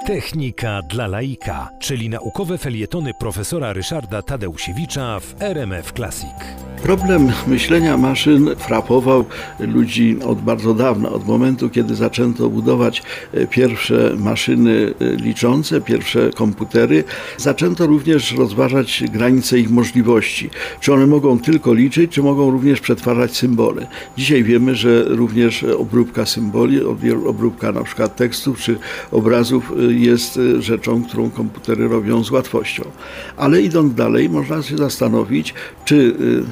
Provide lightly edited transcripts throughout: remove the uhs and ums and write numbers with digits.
Technika dla laika, czyli naukowe felietony profesora Ryszarda Tadeusiewicza w RMF Classic. Problem myślenia maszyn frapował ludzi od bardzo dawna, od momentu, kiedy zaczęto budować pierwsze maszyny liczące, pierwsze komputery. Zaczęto również rozważać granice ich możliwości. Czy one mogą tylko liczyć, czy mogą również przetwarzać symbole. Dzisiaj wiemy, że również obróbka symboli, obróbka na przykład tekstów czy obrazów jest rzeczą, którą komputery robią z łatwością. Ale idąc dalej, można się zastanowić, czy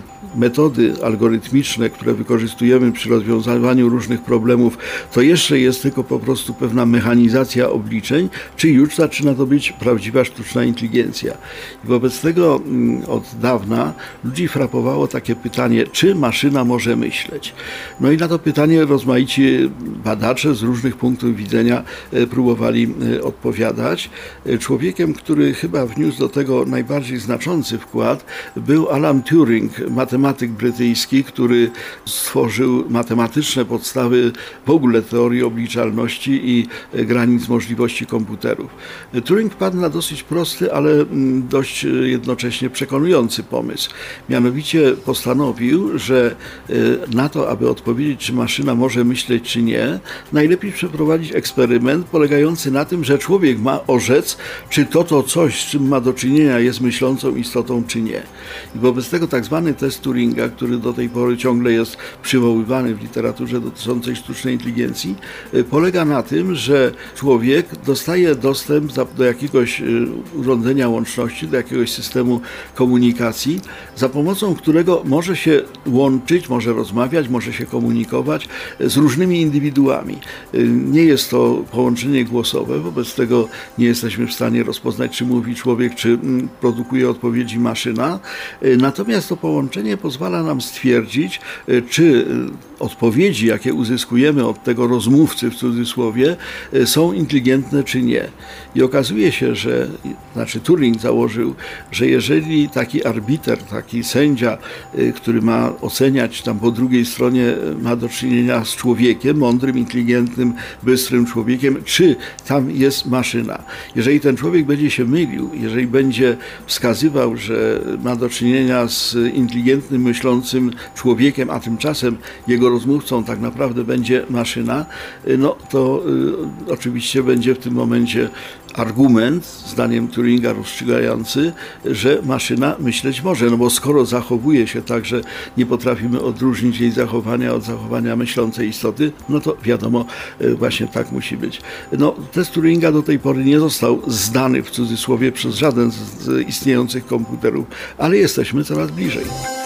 metody algorytmiczne, które wykorzystujemy przy rozwiązywaniu różnych problemów, to jeszcze jest tylko po prostu pewna mechanizacja obliczeń, czy już zaczyna to być prawdziwa sztuczna inteligencja. I wobec tego od dawna ludzi frapowało takie pytanie, czy maszyna może myśleć? No i na to pytanie rozmaici badacze z różnych punktów widzenia próbowali odpowiadać. Człowiekiem, który chyba wniósł do tego najbardziej znaczący wkład, był Alan Turing, matematyk brytyjski, który stworzył matematyczne podstawy w ogóle teorii obliczalności i granic możliwości komputerów. Turing wpadł na dosyć prosty, ale dość jednocześnie przekonujący pomysł. Mianowicie postanowił, że na to, aby odpowiedzieć, czy maszyna może myśleć, czy nie, najlepiej przeprowadzić eksperyment polegający na tym, że człowiek ma orzec, czy to coś, z czym ma do czynienia, jest myślącą istotą, czy nie. I wobec tego tak zwany test Turinga, który do tej pory ciągle jest przywoływany w literaturze dotyczącej sztucznej inteligencji, polega na tym, że człowiek dostaje dostęp do jakiegoś urządzenia łączności, do jakiegoś systemu komunikacji, za pomocą którego może się łączyć, może rozmawiać, może się komunikować z różnymi indywiduami. Nie jest to połączenie głosowe, wobec tego nie jesteśmy w stanie rozpoznać, czy mówi człowiek, czy produkuje odpowiedzi maszyna. Natomiast to połączenie pozwala nam stwierdzić, czy odpowiedzi, jakie uzyskujemy od tego rozmówcy w cudzysłowie, są inteligentne, czy nie. I okazuje się, że, Turing założył, że jeżeli taki arbiter, taki sędzia, który ma oceniać, tam po drugiej stronie ma do czynienia z człowiekiem, mądrym, inteligentnym, bystrym człowiekiem, czy tam jest maszyna. Jeżeli ten człowiek będzie się mylił, jeżeli będzie wskazywał, że ma do czynienia z inteligentnym, myślącym człowiekiem, a tymczasem jego rozmówcą tak naprawdę będzie maszyna, no to oczywiście będzie w tym momencie argument, zdaniem Turinga rozstrzygający, że maszyna myśleć może, no bo skoro zachowuje się tak, że nie potrafimy odróżnić jej zachowania od zachowania myślącej istoty, no to wiadomo, właśnie tak musi być. No, test Turinga do tej pory nie został zdany w cudzysłowie przez żaden z istniejących komputerów, ale jesteśmy coraz bliżej.